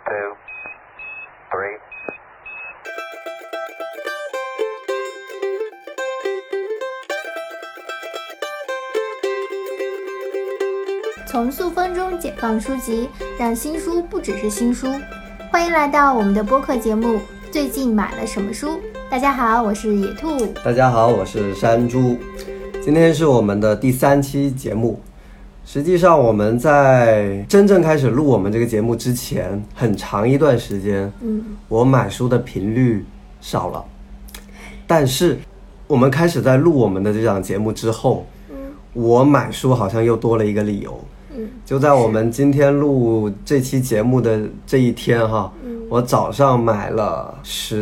two, three. 从塑封中解放书籍，让新书不只是新书。欢迎来到我们的播客节目《最近买了什么书》。大家好，我是野兔。 大家好，我是山猪。今天是我们的第3期节目。实际上我们在真正开始录我们这个节目之前，很长一段时间，我买书的频率少了。但是我们开始在录我们的这档节目之后，我买书好像又多了一个理由。就在我们今天录这期节目的这一天哈，我早上买了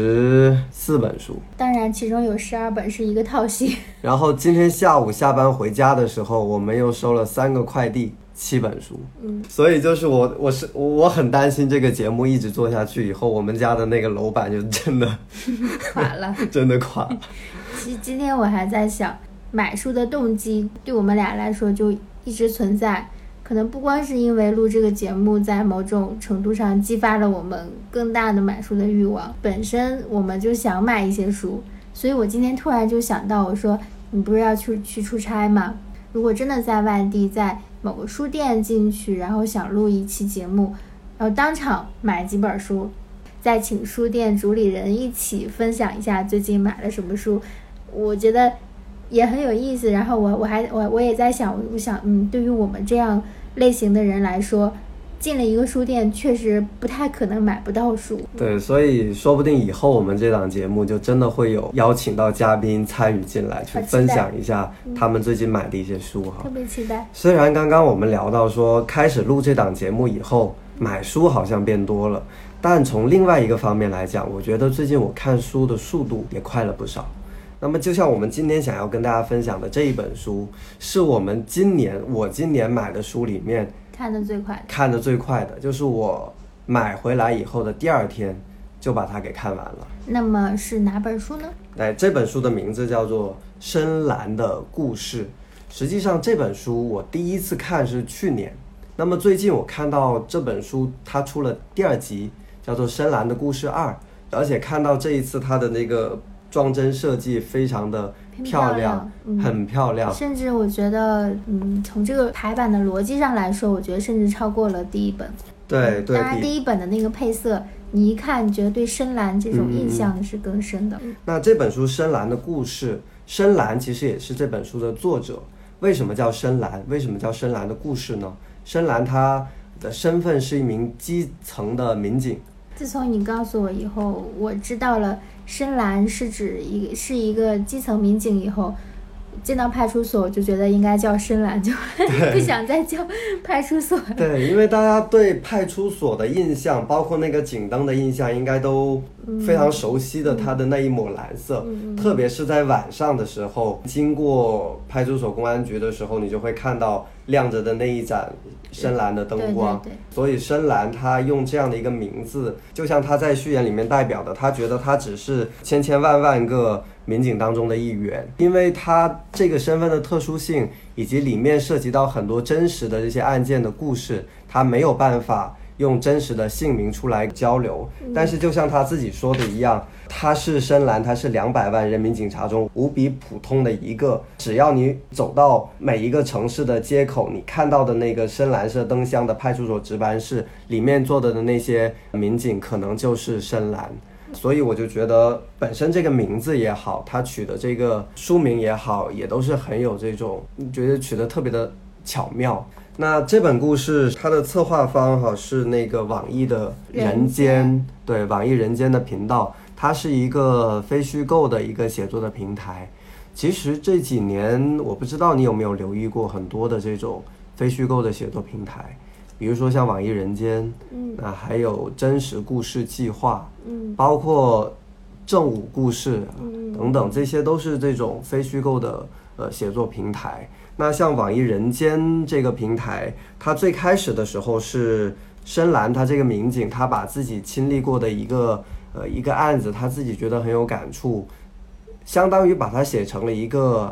14本书， 当然其中有12本是一个套系。 然后今天下午下班回家的时候，我们又收了3个快递，7本书。所以就是我很担心这个节目一直做下去以后，我们家的那个楼板就真的垮了， 真的垮了。 其实今天我还在想，买书的动机对我们俩来说就一直存在。可能不光是因为录这个节目在某种程度上激发了我们更大的买书的欲望，本身我们就想买一些书，所以我今天突然就想到，我说你不是要去出差吗？如果真的在外地，在某个书店进去，然后想录一期节目，然后当场买几本书，再请书店主理人一起分享一下最近买了什么书，我觉得也很有意思。然后我也在想，我想对于我们这样类型的人来说，进了一个书店确实不太可能买不到书。 对，所以说不定以后我们这档节目就真的会有邀请到嘉宾参与进来，去分享一下他们最近买的一些书哈。 特别期待。 虽然刚刚我们聊到说开始录这档节目以后，买书好像变多了，但从另外一个方面来讲，我觉得最近我看书的速度也快了不少。那么就像我们今天想要跟大家分享的这一本书，是我今年买的书里面看得最快的，就是我买回来以后的第2天就把它给看完了。 那么是哪本书呢？ 这本书的名字叫做《深蓝的故事》。实际上这本书我第一次看是去年，那么最近我看到这本书它出了第2集，叫做《深蓝的故事2》，而且看到这一次它的那个装帧设计非常的漂亮，很漂亮， 甚至我觉得从这个排版的逻辑上来说，我觉得甚至超过了第1本。 对， 当然第1本的那个配色，你一看觉得对深蓝这种印象是更深的。 那这本书《深蓝的故事》，深蓝其实也是这本书的作者。为什么叫深蓝？为什么叫深蓝的故事呢？深蓝他的身份是一名基层的民警。 自从你告诉我以后，我知道了深蓝是指一个基层民警以后，进到派出所我就觉得应该叫深蓝，就不想再叫派出所了。 对，因为大家对派出所的印象，包括那个警灯的印象，应该都非常熟悉的，它的那一抹蓝色，特别是在晚上的时候，经过派出所公安局的时候，你就会看到亮着的那一盏深蓝的灯光。 对。 所以深蓝他用这样的一个名字，就像他在序言里面代表的，他觉得他只是千千万万个民警当中的一员，因为他这个身份的特殊性，以及里面涉及到很多真实的这些案件的故事，他没有办法用真实的姓名出来交流。但是就像他自己说的一样，他是深蓝，他是200万人民警察中无比普通的一个，只要你走到每一个城市的街口，你看到的那个深蓝色灯箱的派出所值班室里面坐的那些民警可能就是深蓝。所以我就觉得本身这个名字也好，他取的这个书名也好，也都是很有这种觉得取得特别的巧妙。那这本故事它的策划方是那个网易的人间，对，网易人间的频道，它是一个非虚构的一个写作的平台。其实这几年我不知道你有没有留意过很多的这种非虚构的写作平台，比如说像网易人间，那还有真实故事计划，包括正午故事等等，这些都是这种非虚构的写作平台。那像网易人间这个平台，它最开始的时候是深蓝，他这个民警他把自己亲历过的一个案子，他自己觉得很有感触，相当于把它写成了一个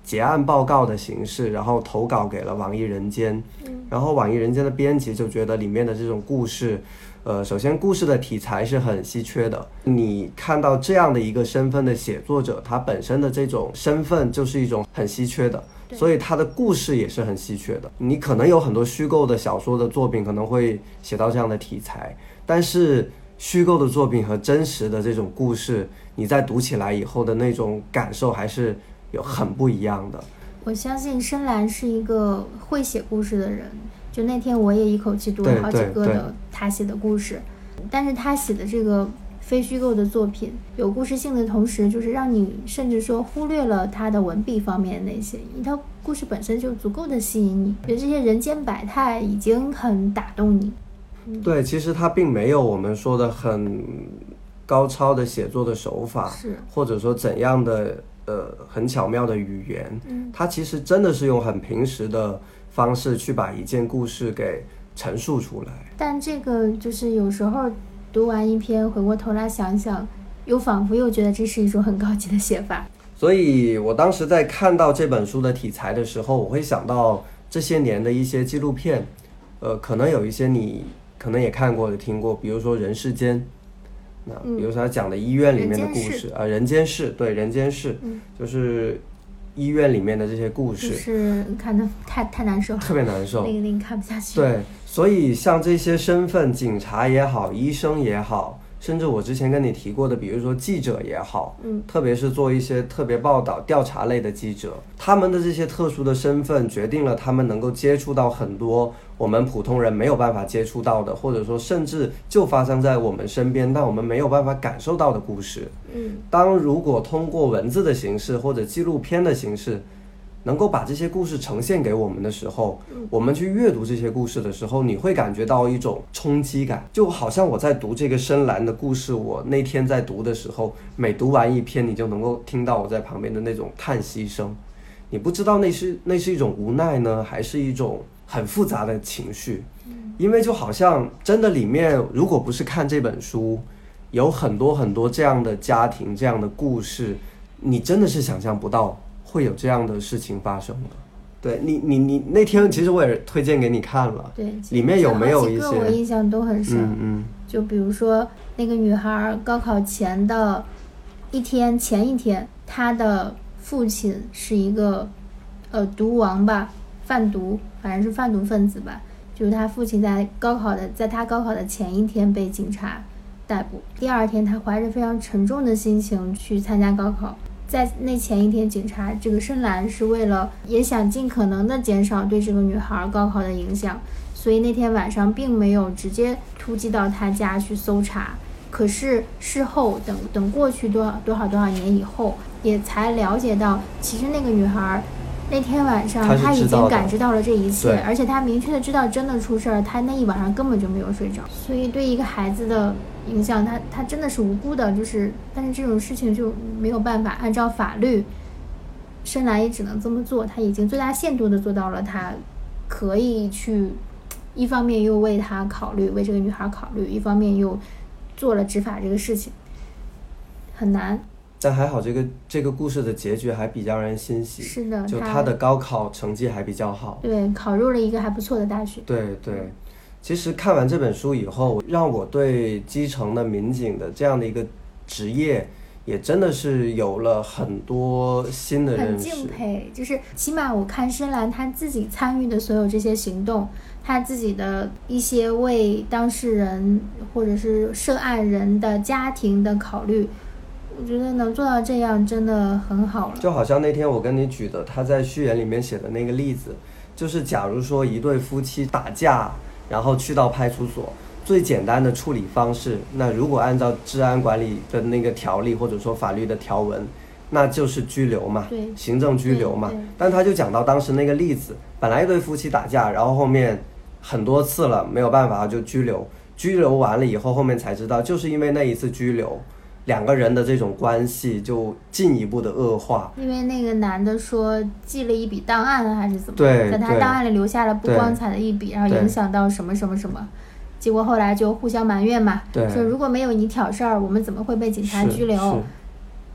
结案报告的形式，然后投稿给了网易人间。然后网易人间的编辑就觉得里面的这种故事，首先故事的题材是很稀缺的，你看到这样的一个身份的写作者，他本身的这种身份就是一种很稀缺的，所以他的故事也是很稀缺的。你可能有很多虚构的小说的作品可能会写到这样的题材，但是虚构的作品和真实的这种故事，你在读起来以后的那种感受还是有很不一样的。 我相信深蓝是一个会写故事的人，就那天我也一口气读了好几个的他写的故事，但是他写的这个非虚构的作品有故事性的同时，就是让你甚至说忽略了他的文笔方面的那些，一套故事本身就足够的吸引你，觉得这些人间百态已经很打动你。 对，其实他并没有我们说的很高超的写作的手法， 是或者说怎样的很巧妙的语言，他其实真的是用很平时的方式去把一件故事给陈述出来。 但这个就是有时候读完一篇回过头来想想，又仿佛又觉得这是一种很高级的写法。 所以我当时在看到这本书的题材的时候，我会想到这些年的一些纪录片，可能有一些你可能也看过也听过，比如说人世间，那比如说他讲的医院里面的故事啊，人间世，对，人间世，就是医院里面的这些故事， 就是看得太难受， 特别难受， 那个看不下去。 对，所以像这些身份，警察也好，医生也好，甚至我之前跟你提过的，比如说记者也好，特别是做一些特别报道、调查类的记者，他们的这些特殊的身份，决定了他们能够接触到很多我们普通人没有办法接触到的，或者说甚至就发生在我们身边，但我们没有办法感受到的故事。当如果通过文字的形式或者纪录片的形式，能够把这些故事呈现给我们的时候，我们去阅读这些故事的时候，你会感觉到一种冲击感，就好像我在读这个深蓝的故事，我那天在读的时候，每读完一篇，你就能够听到我在旁边的那种叹息声，你不知道那是一种无奈呢，还是一种很复杂的情绪，因为就好像真的里面，如果不是看这本书，有很多很多这样的家庭，这样的故事，你真的是想象不到会有这样的事情发生的。对，你那天其实我也推荐给你看了， 对， 里面有没有一些我印象都很深，就比如说那个女孩高考前的前一天，她的父亲是一个毒王吧，贩毒，反正是贩毒分子吧，就是他父亲在他高考的前一天被警察逮捕，第二天他怀着非常沉重的心情去参加高考。在那前一天，警察这个深蓝是为了也想尽可能的减少对这个女孩高考的影响，所以那天晚上并没有直接突击到她家去搜查。可是事后等过去多少年以后，也才了解到，其实那个女孩那天晚上她已经感知到了这一切，而且她明确的知道真的出事儿，她那一晚上根本就没有睡着。所以对一个孩子的影响，他真的是无辜的，但是这种事情就没有办法按照法律，深蓝也只能这么做，他已经最大限度的做到了，他可以去一方面又为他考虑，为这个女孩考虑，一方面又做了执法这个事情，很难。 但还好这个故事的结局还比较让人欣喜， 是的， 就他的高考成绩还比较好， 对，考入了一个还不错的大学。 对对，其实看完这本书以后，让我对基层的民警的这样的一个职业也真的是有了很多新的认识， 很敬佩。就是起码我看深蓝他自己参与的所有这些行动，他自己的一些为当事人或者是涉案人的家庭的考虑，我觉得能做到这样真的很好了。 就好像那天我跟你举的他在序言里面写的那个例子，就是假如说一对夫妻打架，然后去到派出所，最简单的处理方式，那如果按照治安管理的那个条例或者说法律的条文，那就是拘留嘛，行政拘留嘛。但他就讲到当时那个例子，本来一对夫妻打架，然后后面很多次了没有办法就拘留完了以后，后面才知道就是因为那一次拘留，两个人的这种关系就进一步的恶化， 因为那个男的说记了一笔档案还是怎么， 在他档案里留下了不光彩的一笔，然后影响到什么什么什么，结果后来就互相埋怨嘛，说如果没有你挑事儿，我们怎么会被警察拘留？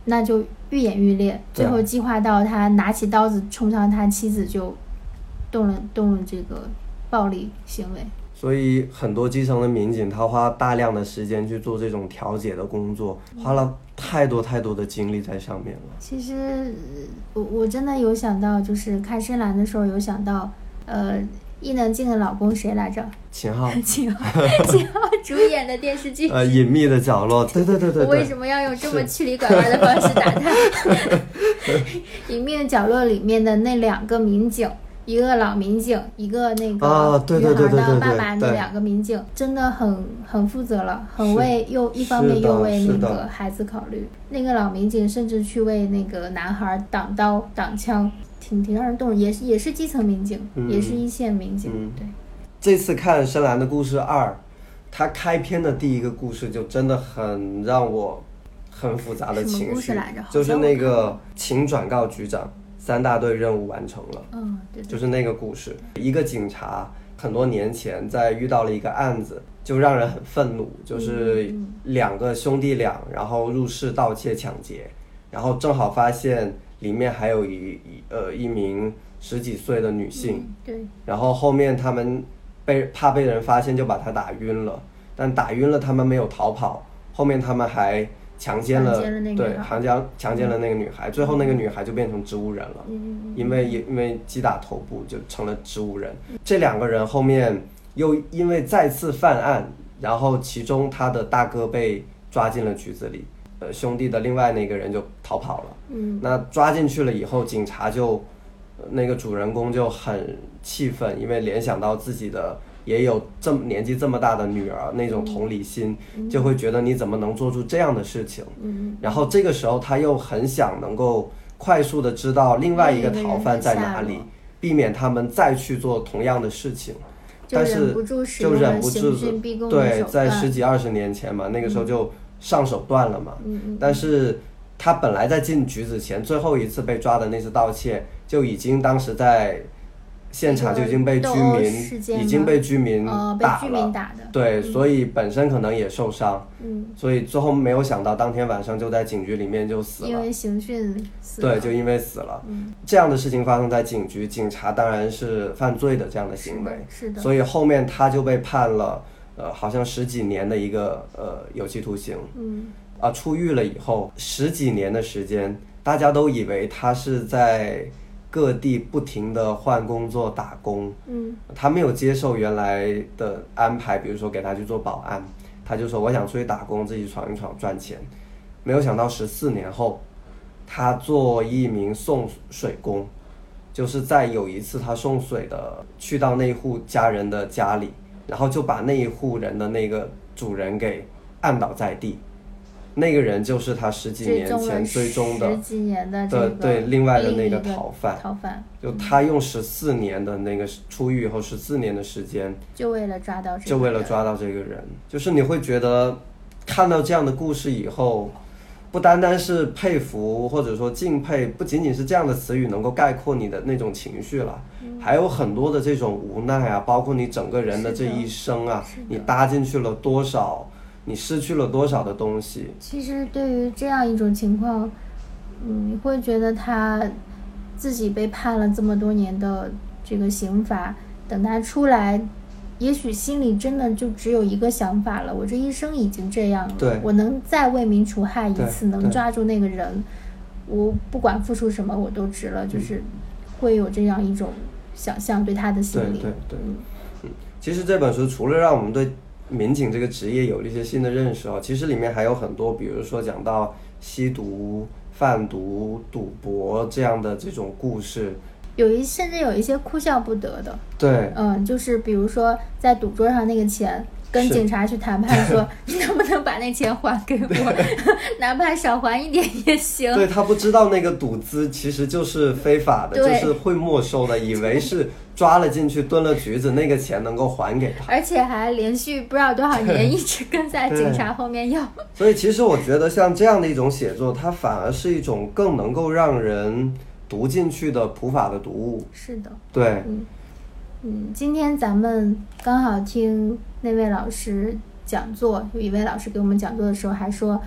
那就愈演愈烈，最后激化到他拿起刀子冲向他妻子，就动了这个暴力行为。 所以很多基层的民警他花大量的时间去做这种调解的工作，花了太多的精力在上面了。 其实我真的有想到，就是看深蓝的时候有想到伊能静的老公谁来着？ 秦昊秦昊主演的电视剧隐秘的角落。对， 我为什么要用这么曲里拐弯的方式打他？隐秘的角落里面的那两个民警，一个老民警，一个那个女孩的爸爸，那两个民警真的很负责了，很为一方面又为那个孩子考虑。那个老民警甚至去为那个男孩挡刀挡枪，挺让人动人，也是基层民警，也是一线民警。对， 这次看《深蓝的故事2》，它开篇的第一个故事就真的很让我很复杂的情绪。什么故事来着？就是那个请转告局长，3大队任务完成了。 对， 就是那个故事。一个警察很多年前在遇到了一个案子，就让人很愤怒，就是2个兄弟俩，然后入室盗窃抢劫，然后正好发现里面还有一名10几岁的女性。 对。然后后面他们怕被人发现，就把她打晕了，但打晕了他们没有逃跑，后面他们还强奸了那个女孩，最后那个女孩就变成植物人了，因为击打头部就成了植物人。这2个人后面又因为再次犯案，然后其中他的大哥被抓进了局子里，兄弟的另外那个人就逃跑了。那抓进去了以后，警察就那个主人公就很气愤，因为联想到自己的也有年纪这么大的女儿，那种同理心，就会觉得你怎么能做出这样的事情。然后这个时候他又很想能够快速的知道另外一个逃犯在哪里，避免他们再去做同样的事情，但是就忍不住对，在10几20年前嘛，那个时候就上手段了嘛。但是他本来在进局子前最后一次被抓的那次盗窃，就已经当时在现场就已经被居民打了，对，所以本身可能也受伤，所以最后没有想到当天晚上就在警局里面就死了， 因为刑讯死了， 对，就因为死了。这样的事情发生在警局，警察当然是犯罪的这样的行为， 是的， 所以后面他就被判了好像10几年的一个有期徒刑。出狱了以后10几年的时间，大家都以为他是在各地不停的换工作打工。他没有接受原来的安排，比如说给他去做保安，他就说我想出去打工，自己闯一闯赚钱。没有想到14年后，他做一名送水工，就是在有一次他送水的去到那户家人的家里，然后就把那一户人的那个主人给按倒在地。那个人就是他10几年前追踪的 10几年的这个对另外的那个逃犯， 就他用14年的那个出狱以后14年的时间， 就为了抓到这个人，就是你会觉得看到这样的故事以后，不单单是佩服或者说敬佩，不仅仅是这样的词语能够概括你的那种情绪了，还有很多的这种无奈啊，包括你整个人的这一生啊，你搭进去了多少，你失去了多少的东西。 其实对于这样一种情况，你会觉得他自己被判了这么多年的这个刑罚，等他出来，也许心里真的就只有一个想法了，我这一生已经这样了，我能再为民除害一次，能抓住那个人，我不管付出什么我都值了，就是会有这样一种想象对他的心理。 对，其实这本书除了让我们对民警这个职业有了一些新的认识其实里面还有很多，比如说讲到吸毒、贩毒、赌博这样的这种故事， 甚至有一些哭笑不得的。 对， 就是比如说在赌桌上那个钱，跟警察去谈判说你能不能把那钱还给我，哪怕少还一点也行。 对，他不知道那个赌资其实就是非法的，就是会没收的，以为是抓了进去蹲了局子，那个钱能够还给他， 而且还连续不知道多少年一直跟在警察后面要。 所以其实我觉得像这样的一种写作，它反而是一种更能够让人读进去的普法的读物。 是的， 对。 今天咱们刚好听那位老师讲座，有一位老师给我们讲座的时候还说，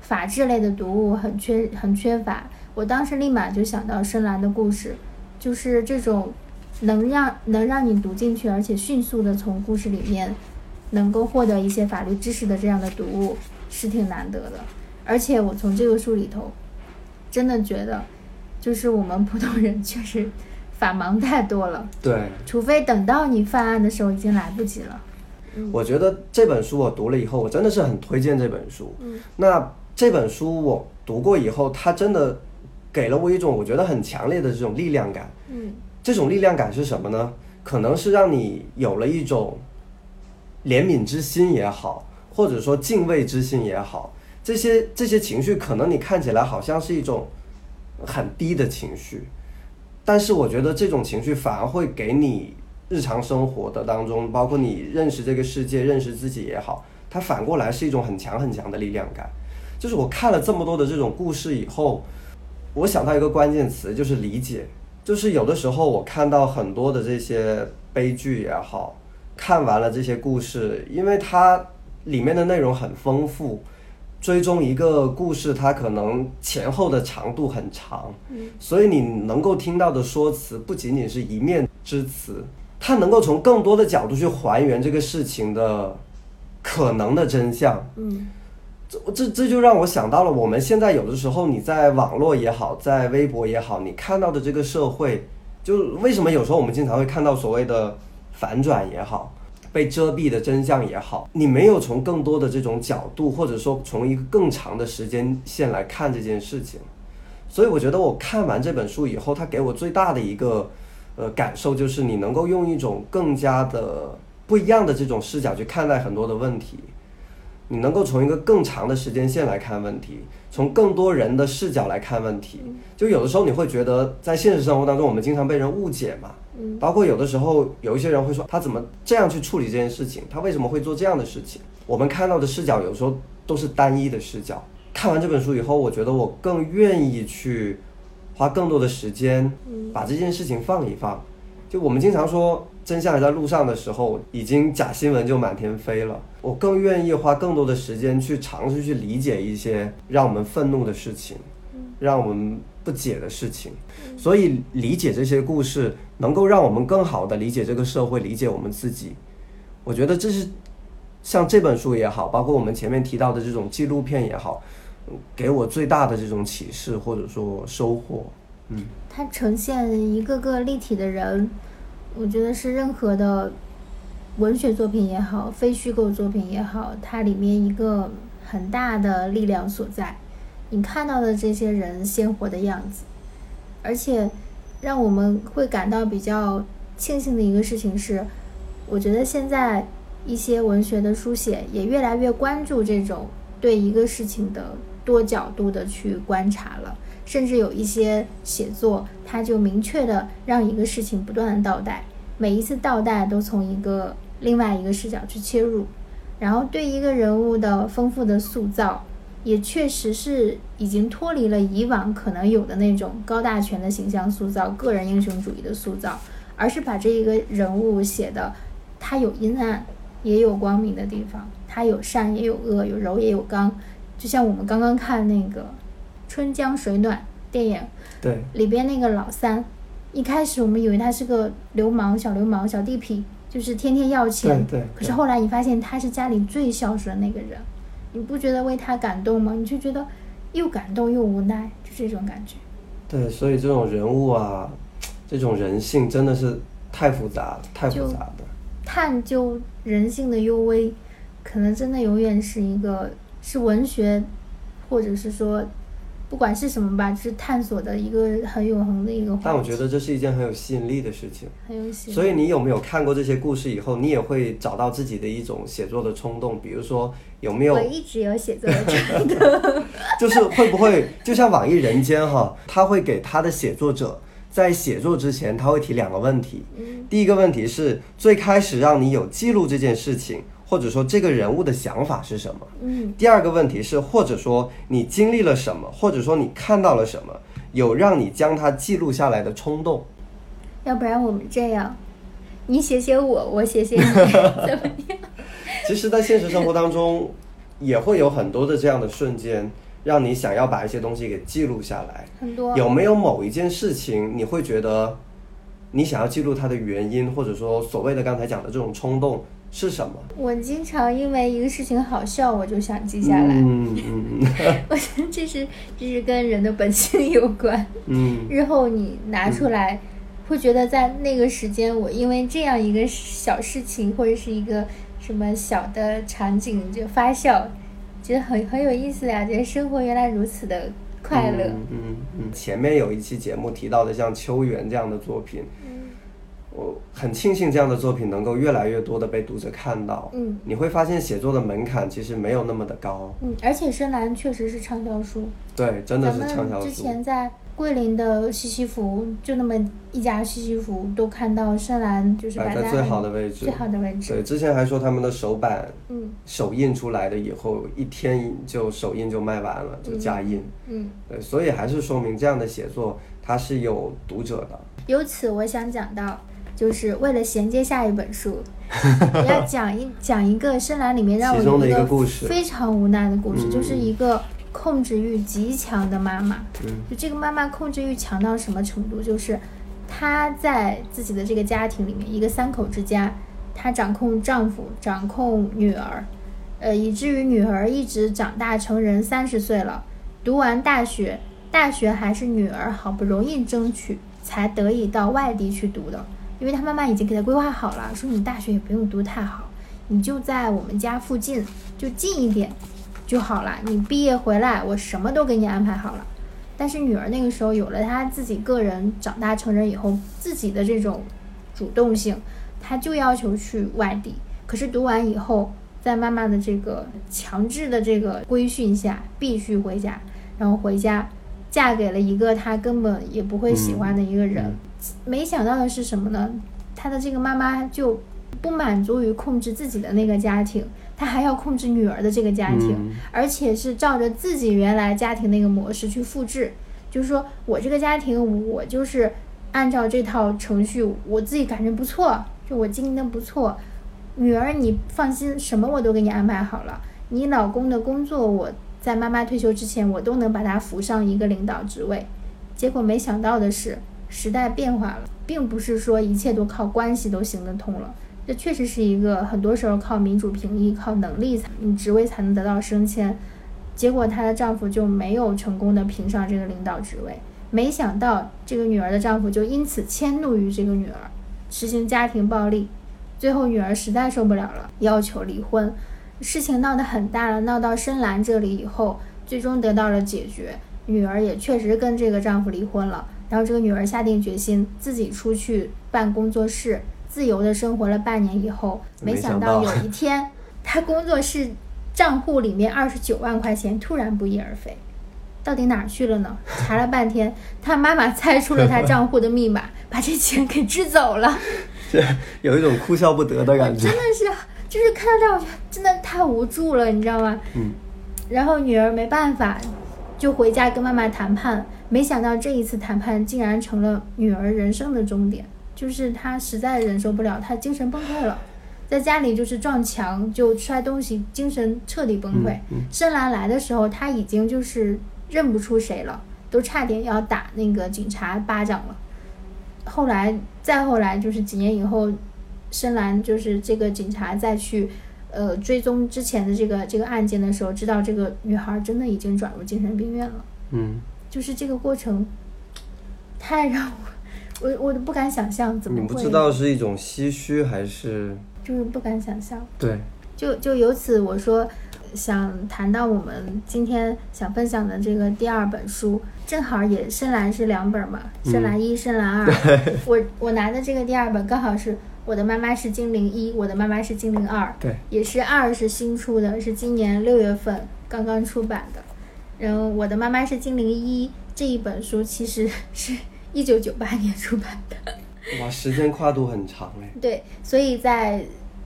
法制类的读物很缺乏。我当时立马就想到深蓝的故事，就是这种能让你读进去，而且迅速的从故事里面能够获得一些法律知识的这样的读物是挺难得的。而且我从这个书里头真的觉得，就是我们普通人确实法盲太多了。 对， 除非等到你犯案的时候已经来不及了。 我觉得这本书我读了以后，我真的是很推荐这本书。那这本书我读过以后，它真的给了我一种我觉得很强烈的这种力量感。这种力量感是什么呢？可能是让你有了一种怜悯之心也好，或者说敬畏之心也好，这些情绪可能你看起来好像是一种很低的情绪，但是我觉得这种情绪反而会给你日常生活的当中，包括你认识这个世界认识自己也好，它反过来是一种很强很强的力量感。就是我看了这么多的这种故事以后，我想到一个关键词，就是理解。就是有的时候我看到很多的这些悲剧也好，看完了这些故事，因为它里面的内容很丰富，追踪一个故事它可能前后的长度很长，所以你能够听到的说辞不仅仅是一面之词，它能够从更多的角度去还原这个事情的可能的真相。这就让我想到了我们现在有的时候你在网络也好，在微博也好，你看到的这个社会，就为什么有时候我们经常会看到所谓的反转也好，被遮蔽的真相也好，你没有从更多的这种角度，或者说从一个更长的时间线来看这件事情。所以我觉得我看完这本书以后，它给我最大的一个感受就是你能够用一种更加的不一样的这种视角去看待很多的问题，你能够从一个更长的时间线来看问题，从更多人的视角来看问题。就有的时候你会觉得在现实生活当中我们经常被人误解嘛，包括有的时候有一些人会说他怎么这样去处理这件事情，他为什么会做这样的事情，我们看到的视角有时候都是单一的视角。看完这本书以后，我觉得我更愿意去花更多的时间把这件事情放一放。就我们经常说真相还在路上的时候，已经假新闻就满天飞了，我更愿意花更多的时间去尝试去理解一些让我们愤怒的事情，让我们不解的事情。所以理解这些故事能够让我们更好的理解这个社会，理解我们自己。我觉得这是像这本书也好，包括我们前面提到的这种纪录片也好，给我最大的这种启示或者说收获。 它呈现一个个立体的人，我觉得是任何的文学作品也好，非虚构作品也好，它里面一个很大的力量所在。你看到的这些人鲜活的样子，而且让我们会感到比较庆幸的一个事情是，我觉得现在一些文学的书写也越来越关注这种对一个事情的多角度的去观察了。甚至有一些写作，它就明确的让一个事情不断的倒带，每一次倒带都从另外一个视角去切入，然后对一个人物的丰富的塑造，也确实是已经脱离了以往可能有的那种高大全的形象塑造、个人英雄主义的塑造，而是把这一个人物写的，他有阴暗，也有光明的地方，他有善也有恶，有柔也有刚。就像我们刚刚看那个春江水暖电影， 对， 里边那个老三，一开始我们以为他是个流氓、小流氓、小地痞，就是天天要钱。 对。 可是后来你发现他是家里最孝顺的那个人，你不觉得为他感动吗？你就觉得又感动又无奈，就这种感觉。 对，所以这种人物啊，这种人性真的是太复杂了，太复杂的。 探究人性的幽微，可能真的永远是文学，或者是说不管是什么吧，就是探索的一个很永恒的一个话题。 但我觉得这是一件很有吸引力的事情， 很有吸引力。 所以你有没有看过这些故事以后，你也会找到自己的一种写作的冲动？比如说有没有？ 我一直有写作的冲动。 就是会不会就像网易人间哈，他会给他的写作者在写作之前，他会提2个问题。第一个问题是最开始让你有记录这件事情，或者说这个人物的想法是什么。第2个问题是，或者说你经历了什么，或者说你看到了什么，有让你将它记录下来的冲动。 要不然我们这样，你写写我，我写写你，怎么样？ 其实在现实生活当中也会有很多的这样的瞬间， 让你想要把一些东西给记录下来？ 很多。 有没有某一件事情你会觉得你想要记录它的原因，或者说所谓的刚才讲的这种冲动是什么？ 我经常因为一个事情好笑，我就想记下来。我觉得这是跟人的本性有关。日后你拿出来，会觉得在那个时间，我因为这样一个小事情或者是一个什么小的场景就发笑，觉得很有意思呀，觉得生活原来如此的快乐。 前面有一期节目提到的像秋园这样的作品，我很庆幸这样的作品能够越来越多的被读者看到。你会发现写作的门槛其实没有那么的高。而且深蓝确实是畅销书。 对，真的是畅销书。 之前在桂林的西西弗，就那么一家西西弗，都看到深蓝就是摆在最好的位置。对，之前还说他们的首版，首印出来的以后1天就首印就卖完了，就加印。对，所以还是说明这样的写作它是有读者的。 由此我想讲到，就是为了衔接下一本书，我要讲一个深蓝里面让我有一个非常无奈的故事，就是一个控制欲极强的妈妈。就这个妈妈控制欲强到什么程度，就是她在自己的这个家庭里面，一个3口之家，她掌控丈夫，掌控女儿，以至于女儿一直长大成人30岁了，读完大学还是女儿好不容易争取才得以到外地去读的。因为他妈妈已经给他规划好了，说你大学也不用读太好，你就在我们家附近，就近一点就好了，你毕业回来我什么都给你安排好了。但是女儿那个时候有了她自己个人长大成人以后自己的这种主动性，她就要求去外地。可是读完以后，在妈妈的这个强制的这个规训下必须回家，然后回家嫁给了一个她根本也不会喜欢的一个人。没想到的是什么呢？她的这个妈妈就不满足于控制自己的那个家庭，她还要控制女儿的这个家庭，而且是照着自己原来家庭那个模式去复制。就是说我这个家庭，我就是按照这套程序，我自己感觉不错，就我经营的不错，女儿你放心，什么我都给你安排好了，你老公的工作我在妈妈退休之前我都能把他扶上一个领导职位。结果没想到的是，时代变化了，并不是说一切都靠关系都行得通了，这确实是一个很多时候靠民主评议，靠能力你职位才能得到升迁。结果她的丈夫就没有成功的评上这个领导职位，没想到这个女儿的丈夫就因此迁怒于这个女儿，实行家庭暴力。最后女儿实在受不了了，要求离婚。事情闹得很大了，闹到深蓝这里以后，最终得到了解决，女儿也确实跟这个丈夫离婚了。然后这个女儿下定决心自己出去办工作室，自由的生活了半年以后，没想到有一天她工作室账户里面29万块钱突然不翼而飞，到底哪儿去了呢？查了半天，她妈妈猜出了她账户的密码，把这钱给支走了。 有一种哭笑不得的感觉。 真的是，就是看到这我觉得真的太无助了，你知道吗？然后女儿没办法，就回家跟妈妈谈判。没想到这一次谈判竟然成了女儿人生的终点，就是她实在忍受不了，她精神崩溃了，在家里就是撞墙，就摔东西，精神彻底崩溃。深蓝来的时候，她已经就是认不出谁了，都差点要打那个警察巴掌了。再后来就是几年以后，深蓝就是这个警察再去追踪之前的这个案件的时候，知道这个女孩真的已经转入精神病院了。就是这个过程太让我都不敢想象，怎么会？ 你不知道是一种唏嘘还是？ 就是不敢想象。 对， 就由此我说想谈到我们今天想分享的这个第2本书，正好也深蓝是2本嘛，深蓝1、深蓝2。我拿的这个第2本刚好是我的妈妈是精灵1，我的妈妈是精灵2， 对， 也是2是新出的，是今年6月份刚刚出版的。然后我的妈妈是精灵1这一本书其实是1998年出版的。 哇，时间跨度很长哎。 对，所以在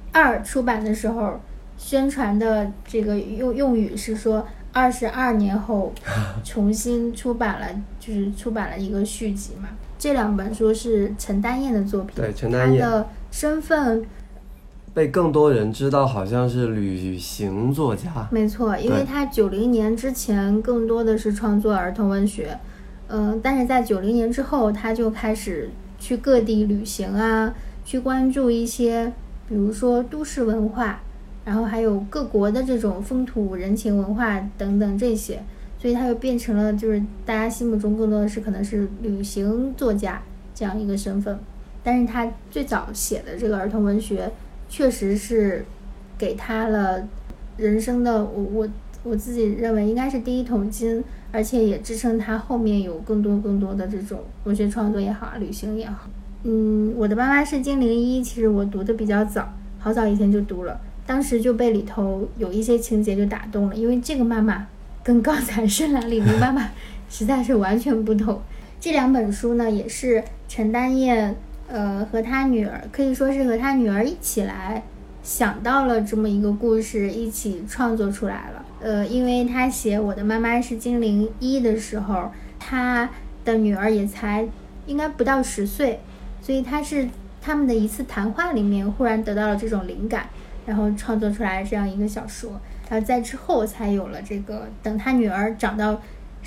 2出版的时候，宣传的这个用语是说22年后重新出版了，就是出版了一个续集嘛。这2本书是陈丹燕的作品。 对，陈丹燕她的身份被更多人知道，好像是旅行作家。 没错，因为他90年之前更多的是创作儿童文学，但是在90年之后，他就开始去各地旅行啊，去关注一些，比如说都市文化，然后还有各国的这种风土人情文化等等这些，所以他就变成了就是大家心目中更多的是可能是旅行作家这样一个身份。但是他最早写的这个儿童文学确实是给他了人生的我自己认为应该是第一桶金，而且也支撑他后面有更多的这种文学创作也好，旅行也好。我的妈妈是精灵一，其实我读的比较早，好早以前就读了，当时就被里头有一些情节就打动了，因为这个妈妈跟刚才深蓝李明妈妈实在是完全不同。这2本书呢，也是陈丹燕和他女儿，可以说是和他女儿一起来想到了这么一个故事，一起创作出来了。因为他写我的妈妈是精灵一的时候，他的女儿也才应该不到10岁，所以他是他们的一次谈话里面忽然得到了这种灵感，然后创作出来这样一个小说。然后在之后才有了这个，等他女儿长到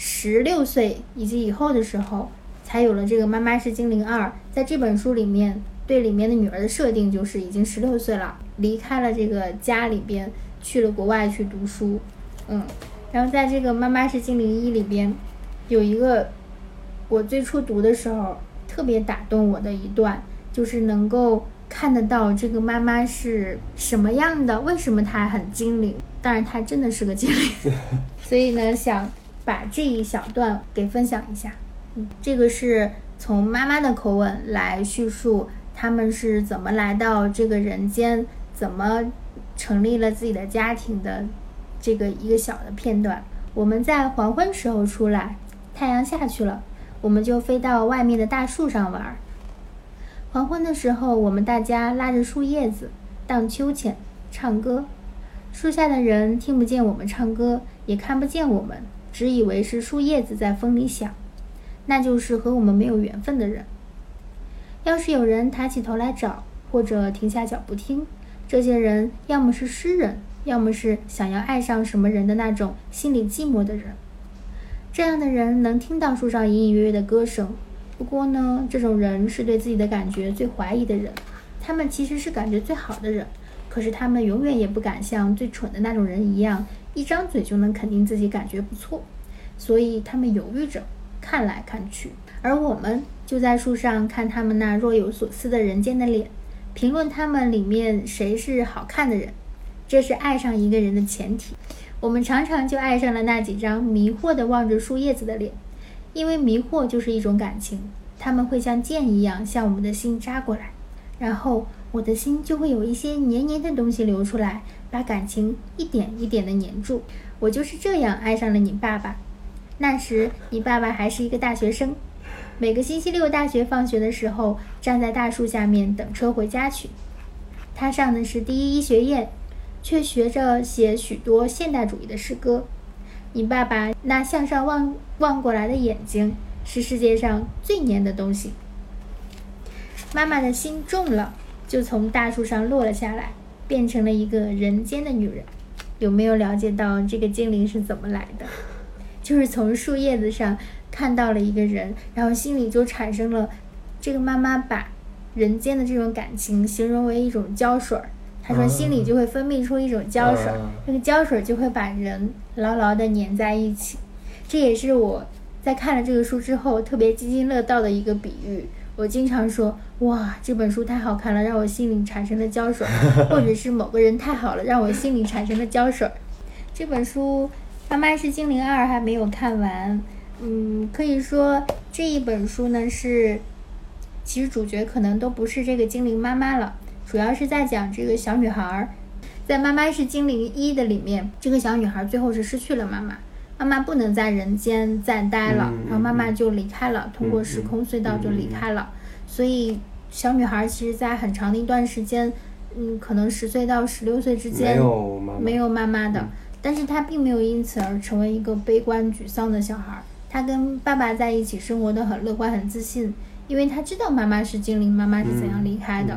16岁以及以后的时候，才有了这个妈妈是精灵2。在这本书里面，对里面的女儿的设定就是已经16岁了，离开了这个家里边，去了国外去读书。然后在这个妈妈是精灵1里边，有一个我最初读的时候特别打动我的一段，就是能够看得到这个妈妈是什么样的，为什么她很精灵，当然她真的是个精灵所以呢，想把这一小段给分享一下。这个是从妈妈的口吻来叙述他们是怎么来到这个人间，怎么成立了自己的家庭的这个一个小的片段。我们在黄昏时候出来，太阳下去了，我们就飞到外面的大树上玩。黄昏的时候，我们大家拉着树叶子荡秋千唱歌，树下的人听不见我们唱歌，也看不见我们，只以为是树叶子在风里响，那就是和我们没有缘分的人。要是有人抬起头来找，或者停下脚步听，这些人要么是诗人，要么是想要爱上什么人的那种心里寂寞的人。这样的人能听到树上隐隐约约的歌声，不过呢，这种人是对自己的感觉最怀疑的人，他们其实是感觉最好的人，可是他们永远也不敢像最蠢的那种人一样，一张嘴就能肯定自己感觉不错，所以他们犹豫着，看来看去。而我们就在树上看他们那若有所思的人间的脸，评论他们里面谁是好看的人，这是爱上一个人的前提。我们常常就爱上了那几张迷惑地望着树叶子的脸，因为迷惑就是一种感情，他们会像箭一样向我们的心扎过来，然后我的心就会有一些黏黏的东西流出来，把感情一点一点地黏住。我就是这样爱上了你爸爸。那时你爸爸还是一个大学生，每个星期六大学放学的时候，站在大树下面等车回家去。他上的是第一医学院，却学着写许多现代主义的诗歌。你爸爸那向上望过来的眼睛，是世界上最黏的东西。妈妈的心重了，就从大树上落了下来，变成了一个人间的女人。有没有了解到这个精灵是怎么来的？就是从树叶子上看到了一个人，然后心里就产生了，这个妈妈把人间的这种感情形容为一种胶水，她说心里就会分泌出一种胶水，这个胶水就会把人牢牢地粘在一起。这也是我在看了这个书之后特别津津乐道的一个比喻。我经常说，哇，这本书太好看了，让我心里产生了胶水，或者是某个人太好了，让我心里产生了胶水。这本书妈妈是精灵2还没有看完，可以说这一本书呢是，其实主角可能都不是这个精灵妈妈了，主要是在讲这个小女孩。在妈妈是精灵1的里面，这个小女孩最后是失去了妈妈，妈妈不能在人间暂待了，然后妈妈就离开了，通过时空隧道就离开了。所以小女孩其实在很长的一段时间，可能10岁到16岁之间没有妈妈的，但是她并没有因此而成为一个悲观沮丧的小孩，她跟爸爸在一起生活得很乐观很自信，因为她知道妈妈是精灵，妈妈是怎样离开的。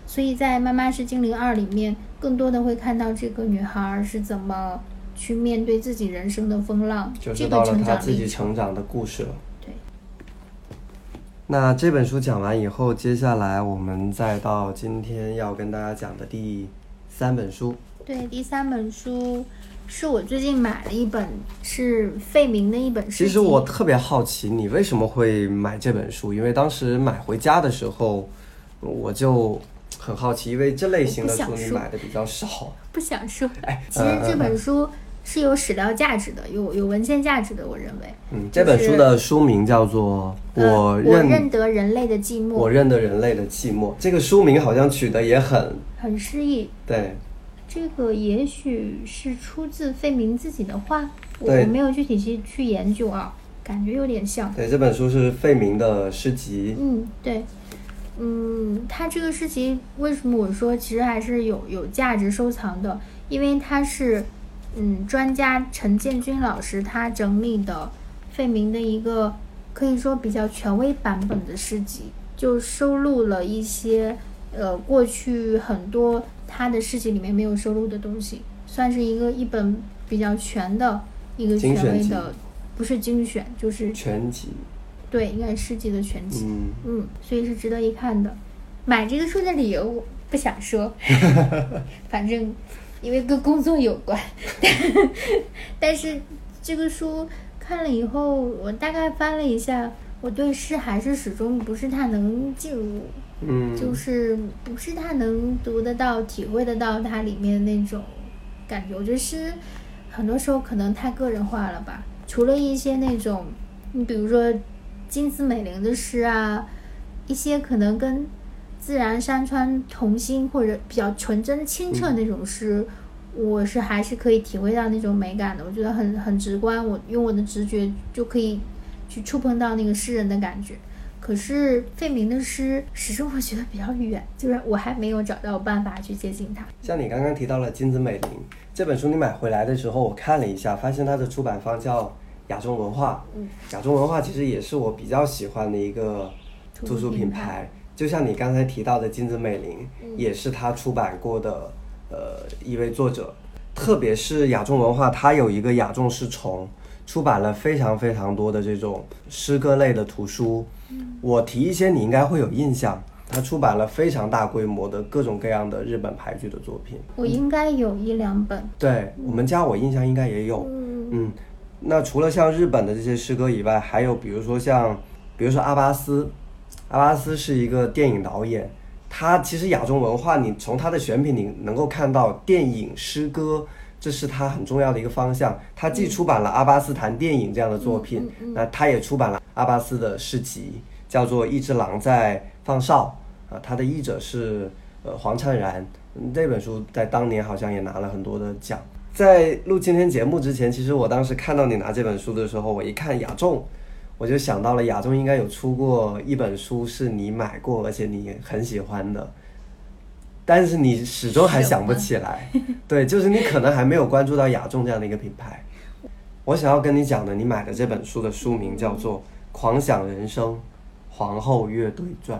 所以在《妈妈是精灵2》里面，更多的会看到这个女孩是怎么去面对自己人生的风浪， 就是到了她自己成长的故事了。 对。 那这本书讲完以后，接下来我们再到今天要跟大家讲的第3本书。 对，第3本书是我最近买了一本，是费明的一本诗集。 其实我特别好奇你为什么会买这本书，因为当时买回家的时候我就很好奇，因为这类型的书你买的比较少。 不想说。其实这本书是有史料价值的，有文献价值的，我认为。 这本书的书名叫做我认得人类的寂寞。 我认得人类的寂寞。这个书名好像取得也很诗意。 对。 这个也许是出自费明自己的话，我没有具体去研究啊，感觉有点像。 对，这本书是费明的诗集。 对。他这个诗集为什么我说其实还是有价值收藏的，因为它是专家陈建军老师他整理的费明的一个可以说比较权威版本的诗集，就收录了一些过去很多他的诗集里面没有收录的东西，算是一本比较全的一个权威的，不是精选就是全集。 对，应该是诗集的全集。所以是值得一看的。买这个书的理由我不想说反正因为跟工作有关但是这个书看了以后，我大概翻了一下，我对诗还是始终不是太能进入，就是不是太能读得到体会得到它里面那种感觉。我觉得诗很多时候可能太个人化了吧，除了一些那种你比如说金丝美玲的诗啊，一些可能跟自然山川同心或者比较纯真清澈那种诗，我是还是可以体会到那种美感的，我觉得很直观，我用我的直觉就可以去触碰到那个诗人的感觉。可是费明的诗始终我觉得比较远，就是我还没有找到办法去接近它。 像你刚刚提到了金子美玲这本书，你买回来的时候我看了一下，发现它的出版方叫亚中文化。亚中文化其实也是我比较喜欢的一个图书品牌，就像你刚才提到的金子美玲，也是他出版过的一位作者。特别是亚中文化，它有一个亚中诗丛，出版了非常非常多的这种诗歌类的图书。我提一些你应该会有印象，他出版了非常大规模的各种各样的日本俳句的作品。 我应该有1-2本。 对，我们家我印象应该也有。那除了像日本的这些诗歌以外，还有比如说阿巴斯。阿巴斯是一个电影导演，他其实亚中文化你从他的选品你能够看到电影诗歌，这是他很重要的一个方向。他既出版了阿巴斯谈电影这样的作品，那他也出版了阿巴斯的诗集，叫做《一只狼在放哨》他的译者是黄灿然。这本书在当年好像也拿了很多的奖。在录今天节目之前，其实我当时看到你拿这本书的时候，我一看亚中，我就想到了亚中应该有出过一本书是你买过而且你很喜欢的，但是你始终还想不起来。对，就是你可能还没有关注到亚中这样的一个品牌。我想要跟你讲的，你买的这本书的书名叫做《狂想人生皇后乐队传》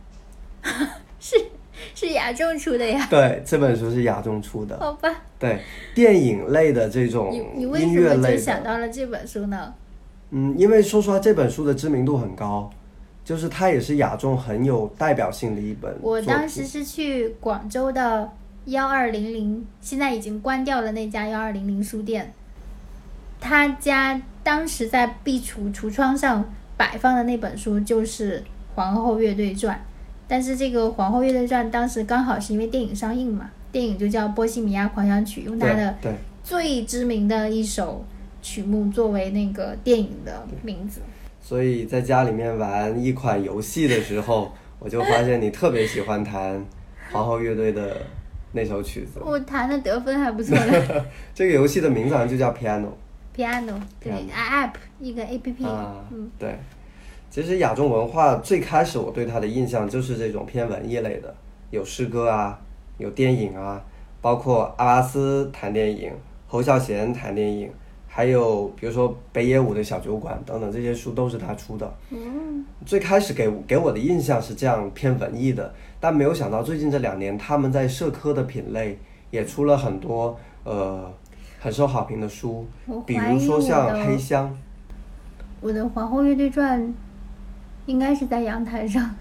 是亚中出的呀？ 对，这本书是亚中出的。 好吧。 对，电影类的这种你为什么就想到了这本书呢？ 因为说实话这本书的知名度很高，就是它也是亚中很有代表性的一本作品。 我当时是去广州的1200，现在已经关掉了那家1200书店，他家当时在壁橱窗上摆放的那本书就是《皇后乐队传》，但是这个《皇后乐队传》当时刚好是因为电影上映嘛，电影就叫《波西米亚狂想曲》，用它的最知名的一首曲目作为那个电影的名字。 所以在家里面玩一款游戏的时候我就发现你特别喜欢弹皇后乐队的那首曲子。 我弹的得分还不错的这个游戏的名字好像就叫 Piano， 对 App 一个 APP。 对，其实亚中文化最开始我对它的印象就是这种偏文艺类的，有诗歌啊，有电影啊，包括阿巴斯谈电影，侯孝贤谈电影， 还有比如说北野武的小酒馆等等，这些书都是他出的。最开始给我的印象是这样偏文艺的，但没有想到最近这2年他们在社科的品类也出了很多很受好评的书，比如说像黑箱。 我的皇后乐队传应该是在阳台上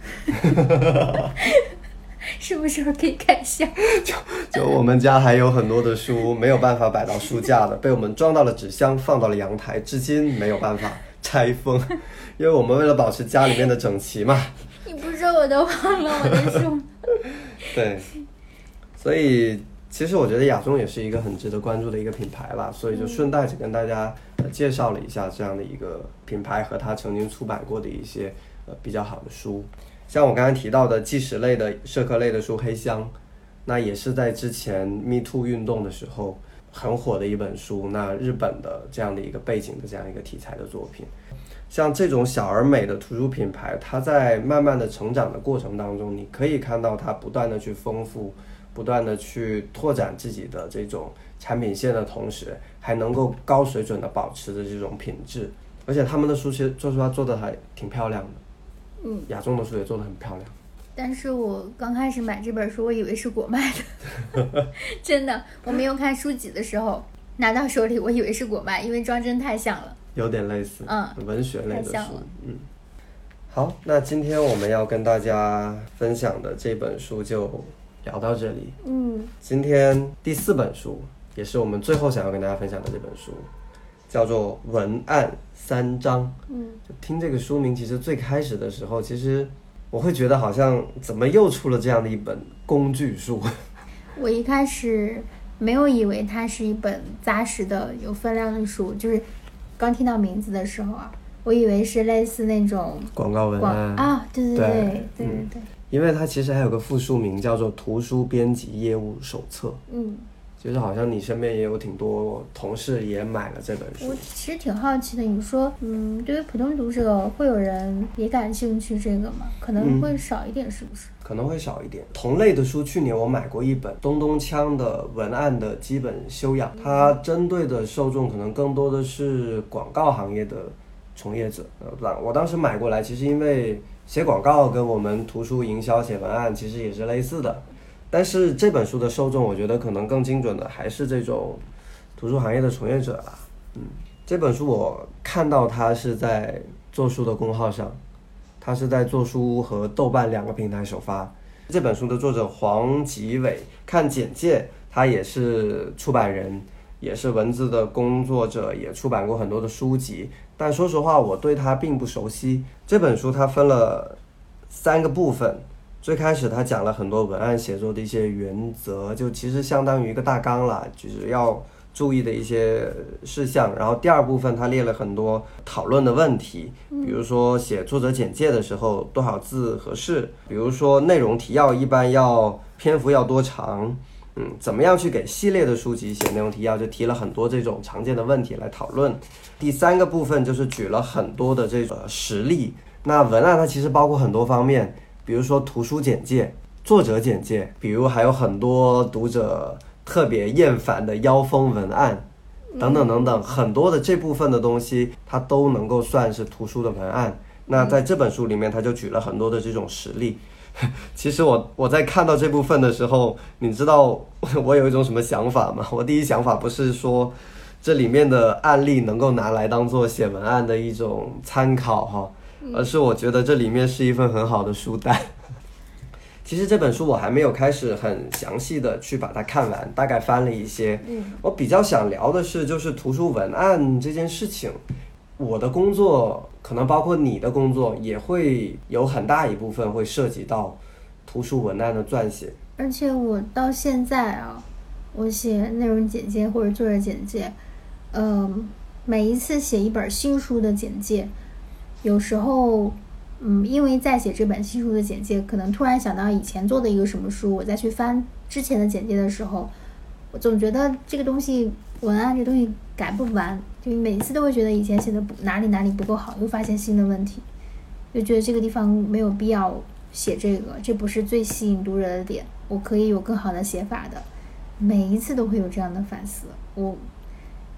是不是可以看一下？ 就我们家还有很多的书没有办法摆到书架的，被我们装到了纸箱放到了阳台，至今没有办法拆封，因为我们为了保持家里面的整齐嘛。 你不说我都忘了我的书对，所以其实我觉得雅中也是一个很值得关注的一个品牌啦，所以就顺带着跟大家介绍了一下这样的一个品牌和他曾经出版过的一些比较好的书。像我刚才提到的纪实类的社科类的书《黑箱》，那也是在之前 Me Too 运动的时候很火的一本书，那日本的这样的一个背景的这样一个题材的作品。像这种小而美的图书品牌，它在慢慢的成长的过程当中，你可以看到它不断的去丰富，不断的去拓展自己的这种产品线的同时，还能够高水准的保持着这种品质。而且他们的书其实说实话做的还挺漂亮的，雅中的书也做得很漂亮。 但是我刚开始买这本书，我以为是果麦的真的，我没有看书籍的时候拿到手里，我以为是果麦，因为装帧太像了， 有点类似，文学类的书。好，那今天我们要跟大家分享的这本书就聊到这里。今天第4本书，也是我们最后想要跟大家分享的这本书，叫做《文案3章》。就听这个书名，其实最开始的时候，其实我会觉得好像怎么又出了这样的一本工具书。 我一开始没有以为它是一本扎实的有分量的书，就是刚听到名字的时候啊，我以为是类似那种广告文案啊，对， 因为它其实还有个附书名叫做《图书编辑业务手册》。就是好像你身边也有挺多同事也买了这本书。 我其实挺好奇的，你说对于普通读者会有人也感兴趣这个吗？可能会少一点，是不是？ 可能会少一点。同类的书去年我买过一本东东锵的文案的基本修养，它针对的受众可能更多的是广告行业的从业者。我当时买过来其实因为写广告跟我们图书营销写文案其实也是类似的，但是这本书的受众我觉得可能更精准的还是这种图书行业的从业者啦。这本书我看到它是在做书的公号上，它是在做书和豆瓣2个平台首发。这本书的作者黄吉伟，看简介他也是出版人，也是文字的工作者，也出版过很多的书籍，但说实话我对他并不熟悉。这本书它分了3个部分，最开始他讲了很多文案写作的一些原则，就其实相当于一个大纲啦，就是要注意的一些事项。然后第2部分他列了很多讨论的问题，比如说写作者简介的时候多少字合适，比如说内容提要一般篇幅要多长，怎么样去给系列的书籍写内容提要，就提了很多这种常见的问题来讨论。第3个部分就是举了很多的这种实例。那文案它其实包括很多方面，比如说图书简介、作者简介，比如还有很多读者特别厌烦的妖风文案等等等等，很多的这部分的东西它都能够算是图书的文案。那在这本书里面他就举了很多的这种实例。其实我在看到这部分的时候，你知道我有一种什么想法吗？我第一想法不是说这里面的案例能够拿来当做写文案的一种参考哈，而是我觉得这里面是一份很好的书单。其实这本书我还没有开始很详细的去把它看完，大概翻了一些。我比较想聊的是就是图书文案这件事情。我的工作可能包括你的工作也会有很大一部分会涉及到图书文案的撰写。 而且我到现在啊，我写内容简介或者作者简介，每一次写一本新书的简介，有时候因为在写这本新书的简介，可能突然想到以前做的一个什么书，我再去翻之前的简介的时候，我总觉得这个东西文案这东西改不完，就每次都会觉得以前写的哪里不够好，又发现新的问题，就觉得这个地方没有必要写这不是最吸引读者的点，我可以有更好的写法的。每一次都会有这样的反思，我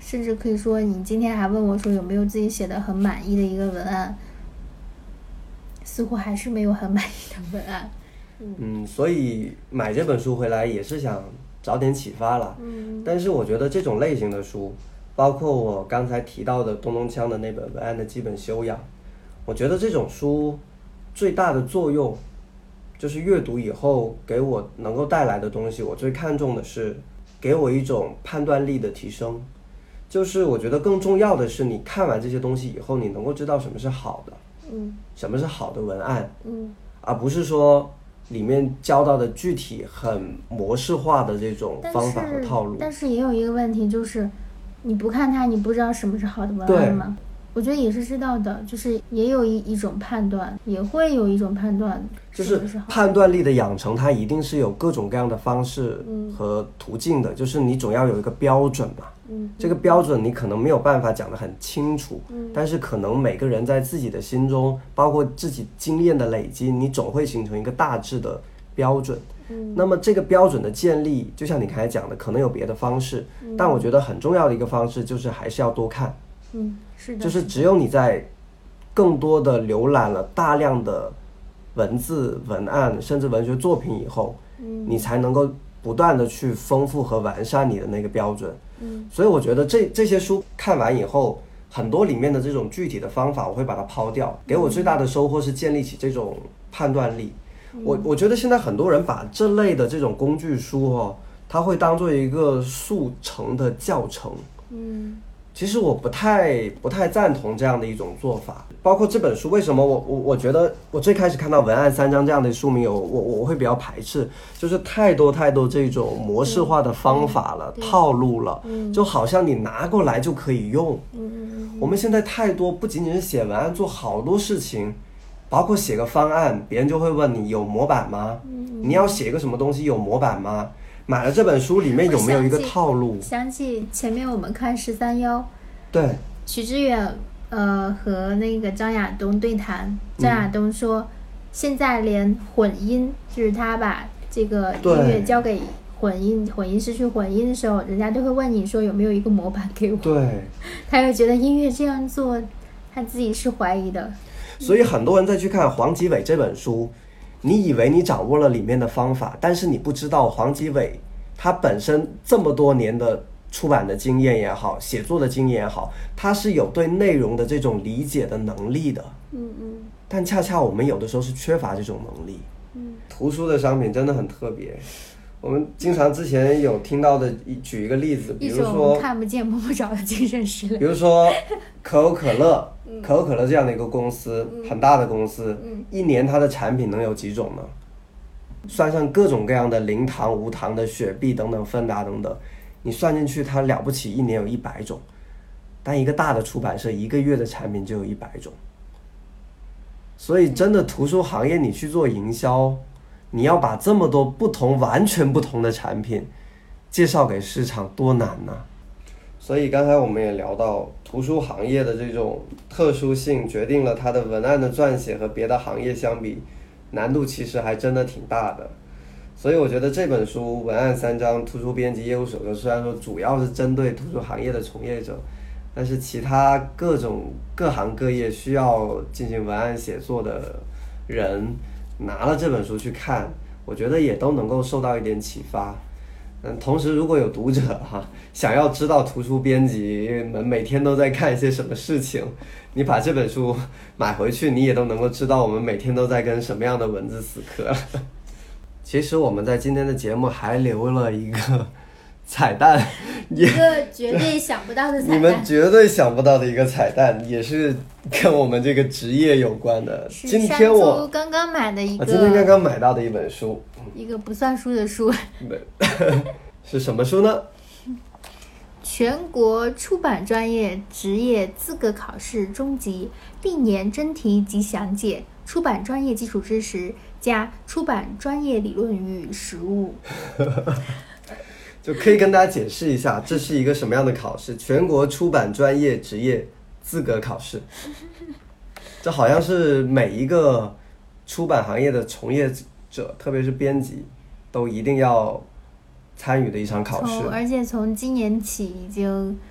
甚至可以说你今天还问我说有没有自己写的很满意的一个文案，似乎还是没有很满意的文案。 所以买这本书回来也是想找点启发了。但是我觉得这种类型的书，包括我刚才提到的东东锵的那本《文案的基本修养》，我觉得这种书最大的作用就是阅读以后给我能够带来的东西，我最看重的是给我一种判断力的提升。就是我觉得更重要的是，你看完这些东西以后，你能够知道什么是好的，什么是好的文案，而不是说里面教到的具体很模式化的这种方法和套路。 但是也有一个问题，就是你不看它，你不知道什么是好的文案吗？我觉得也是知道的，就是也有一种判断，也会有一种判断， 就是判断力的养成，它一定是有各种各样的方式和途径的，就是你总要有一个标准嘛。这个标准你可能没有办法讲得很清楚，但是可能每个人在自己的心中，包括自己经验的累积，你总会形成一个大致的标准。那么这个标准的建立，就像你刚才讲的，可能有别的方式，但我觉得很重要的一个方式就是还是要多看。 是的， 就是只有你在更多的浏览了大量的文字、文案甚至文学作品以后，你才能够不断的去丰富和完善你的那个标准。所以我觉得这些书看完以后，很多里面的这种具体的方法我会把它抛掉，给我最大的收获是建立起这种判断力。我觉得现在很多人把这类的这种工具书它会当做一个速成的教程。其实我不太赞同这样的一种做法。包括这本书，为什么我觉得我最开始看到文案3章这样的书名，我会比较排斥，就是太多这种模式化的方法了，套路了，就好像你拿过来就可以用。我们现在太多，不仅仅是写文案，做好多事情，包括写个方案，别人就会问你有模板吗？你要写个什么东西有模板吗？买了这本书里面有没有一个套路？ 想起前面我们看13邀， 对， 许知远和那个张亚东对谈，张亚东说，现在连混音，就是他把这个音乐交给混音师去混音的时候，人家都会问你说有没有一个模板给我。 对， 他又觉得音乐这样做，他自己是怀疑的。 所以很多人再去看黄吉伟这本书，你以为你掌握了里面的方法，但是你不知道黄吉伟他本身这么多年的出版的经验也好，写作的经验也好，他是有对内容的这种理解的能力的。但恰恰我们有的时候是缺乏这种能力。图书的商品真的很特别。我们经常之前有听到的，举一个例子，比如说看不见摸不着的精神食粮， 比如说可口可乐，可口可乐这样的一个公司，很大的公司，一年它的产品能有几种呢？算上各种各样的零糖、无糖的雪碧等等、芬达等等，你算进去，它了不起一年有100种，但一个大的出版社一个月的产品就有100种。所以真的图书行业你去做营销，你要把这么多完全不同的产品介绍给市场，多难呢？所以刚才我们也聊到，图书行业的这种特殊性决定了它的文案的撰写和别的行业相比，难度其实还真的挺大的。所以我觉得这本书《文案3章图书编辑业务手册》虽然说主要是针对图书行业的从业者，但是其他各行各业需要进行文案写作的人拿了这本书去看，我觉得也都能够受到一点启发。同时如果有读者想要知道图书编辑们每天都在干一些什么事情，你把这本书买回去，你也都能够知道我们每天都在跟什么样的文字死磕。其实我们在今天的节目还留了一个彩蛋， 一个绝对想不到的彩蛋， 你们绝对想不到的一个彩蛋，也是跟我们这个职业有关的。今天我刚刚买的一个， 今天刚刚买到的一本书， 一个不算书的书， 是什么书呢？ 全国出版专业职业资格考试终极历年真题及详解，出版专业基础知识加出版专业理论与实务。 就可以跟大家解释一下，这是一个什么样的考试？全国出版专业职业资格考试。这好像是每一个出版行业的从业者，特别是编辑，都一定要参与的一场考试。 而且从今年起已经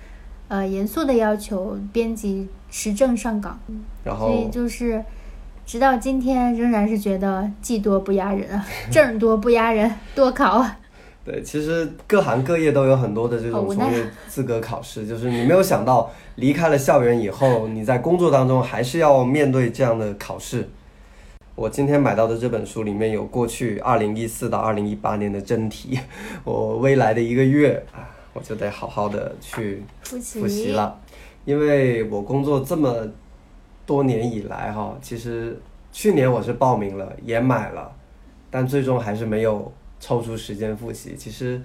严肃的要求编辑持证上岗， 然后所以就是直到今天仍然是觉得技多不压人啊，证多不压人，多考啊。 对，其实各行各业都有很多的这种从业资格考试，就是你没有想到离开了校园以后，你在工作当中还是要面对这样的考试。我今天买到的这本书里面有过去2014到2018年的真题，我未来的1个月我就得好好的去复习了，因为我工作这么多年以来其实去年我是报名了也买了，但最终还是没有抽出时间复习。其实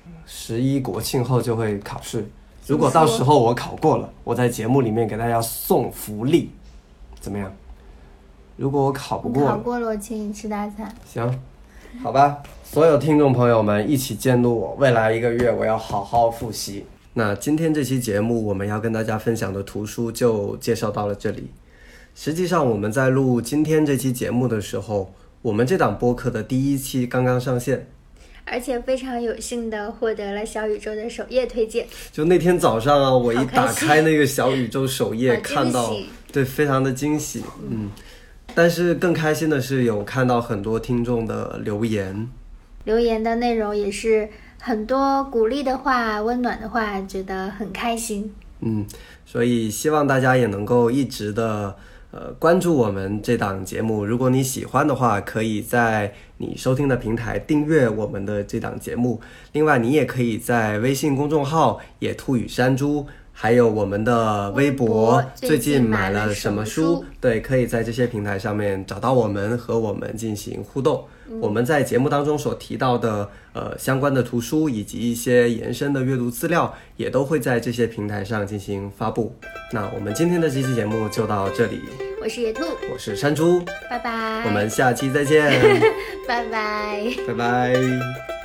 11国庆后就会考试，如果到时候我考过了，我在节目里面给大家送福利，怎么样？如果我考不过了， 考过了我请你吃大餐。 行，好吧，所有听众朋友们一起监督我，未来1个月我要好好复习。那今天这期节目我们要跟大家分享的图书就介绍到了这里。实际上我们在录今天这期节目的时候，我们这档播客的第1期刚刚上线， 而且非常有幸的获得了小宇宙的首页推荐。 就那天早上我一打开那个小宇宙首页看到，对，非常的惊喜。但是更开心的是有看到很多听众的留言的内容也是很多鼓励的话，温暖的话，觉得很开心。 所以希望大家也能够一直的关注我们这档节目。如果你喜欢的话，可以在你收听的平台订阅我们的这档节目。另外你也可以在微信公众号野兔与山猪，还有我们的微博最近买了什么书，对，可以在这些平台上面找到我们，和我们进行互动。我们在节目当中所提到的相关的图书以及一些延伸的阅读资料，也都会在这些平台上进行发布。那我们今天的这期节目就到这里， 我是野兔， 我是山猪， 拜拜， 我们下期再见。 拜拜， 拜拜。